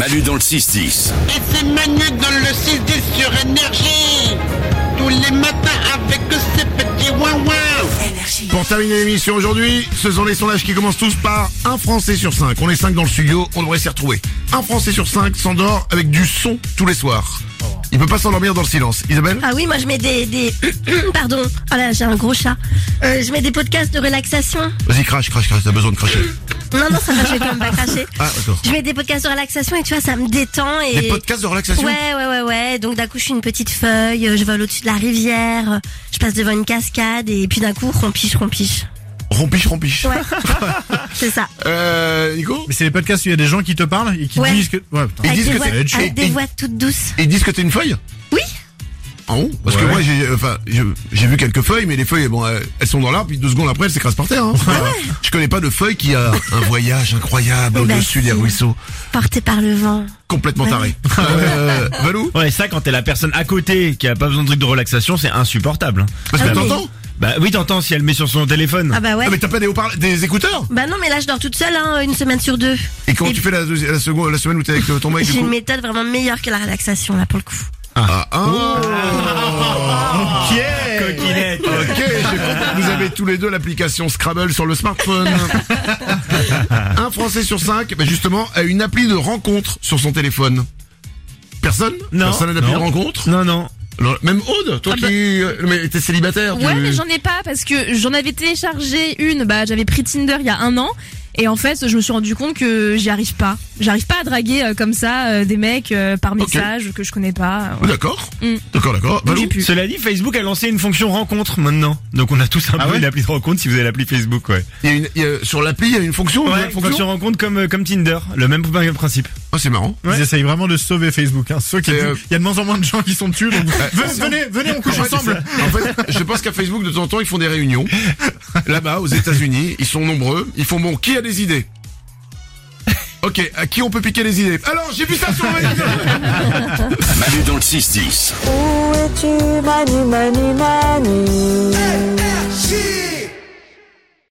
Manu dans le 6-10. Et c'est Manu dans le 6-10 sur Énergie. Tous les matins avec ces petits ouin-ouin. Pour terminer l'émission aujourd'hui, ce sont les sondages qui commencent tous par un Français sur 5. On est 5 dans le studio, on devrait s'y retrouver. Un Français sur 5 s'endort avec du son tous les soirs. Il peut pas s'endormir dans le silence. Isabelle ? Ah oui, moi je mets des... Pardon, oh là j'ai un gros chat. Je mets des podcasts de relaxation. Vas-y, crache, t'as besoin de cracher. Non, ça va, je vais quand même pas cracher. Ah, d'accord. Je mets des podcasts de relaxation et tu vois, ça me détend et... Des podcasts de relaxation ? Ouais. Donc d'un coup, je suis une petite feuille, je vole au-dessus de la rivière, je passe devant une cascade et puis d'un coup, rompiche. Rompiche. Ouais, c'est ça. Nico ? Mais c'est les podcasts où il y a des gens qui te parlent et qui Ouais. disent que... Ouais, putain. Ils disent que Avec des voix toutes douces. Ils disent que t'es une feuille ? Oui. Ah bon ? Parce que Ouais. moi, j'ai vu quelques feuilles, mais les feuilles, bon, elles sont dans l'arbre, puis 2 secondes après, elles s'écrasent par terre. Hein. Je connais pas de feuille qui a un voyage incroyable Eh ben, au-dessus si. des ruisseaux. Porté par le vent. Complètement taré. Valou ? Ouais, ça, quand t'es la personne à côté qui a pas besoin de trucs de relaxation, c'est insupportable. Parce que Ah oui. t'entends ? Bah oui, t'entends si elle met sur son téléphone. Ah bah ouais. Ah, mais t'as pas des écouteurs ? Bah non, mais là je dors toute seule, hein, une semaine sur 2. Et quand tu fais la semaine où t'es avec ton mec, du J'ai une coup ? méthode vraiment meilleure que la relaxation là pour le coup. Coquinette. Ok, j'ai compris que vous avez tous les deux l'application Scrabble sur le smartphone. Un Français sur 5, bah justement, a une appli de rencontre sur son téléphone. Personne ? Non. Personne n'a d'appli de Non. rencontre ? Non. Alors, même Aude, toi mais t'es célibataire, Ouais, mais j'en ai pas parce que j'en avais téléchargé une. Bah, j'avais pris Tinder il y a 1 an. Et en fait, je me suis rendu compte que j'y arrive pas. J'arrive pas à draguer comme ça des mecs par message que je connais pas. Ouais. D'accord. Mm. D'accord. Donc, Valou j'ai pu. Cela dit, Facebook a lancé une fonction rencontre maintenant. Donc on a tous un peu ouais une appli de rencontre si vous avez l'appli Facebook, ouais. sur l'appli, il y a une fonction, une Ouais, nouvelle fonction. fonction rencontre comme Tinder. Le même principe. Ah, c'est marrant. Ils essayent vraiment de sauver Facebook. Hein. Sauf qu'il y a C'est, il y a de moins en moins de gens qui sont dessus. Donc venez, on couche En fait, ensemble. En fait, je pense qu'à Facebook, de temps en temps, ils font des réunions. Là-bas, aux États-Unis, ils sont nombreux. Ils font bon, qui a des idées? Ok, à qui on peut piquer les idées? Alors, j'ai vu ça sur Manu dans le 6-10. Où es-tu, Manu, Manu, Manu?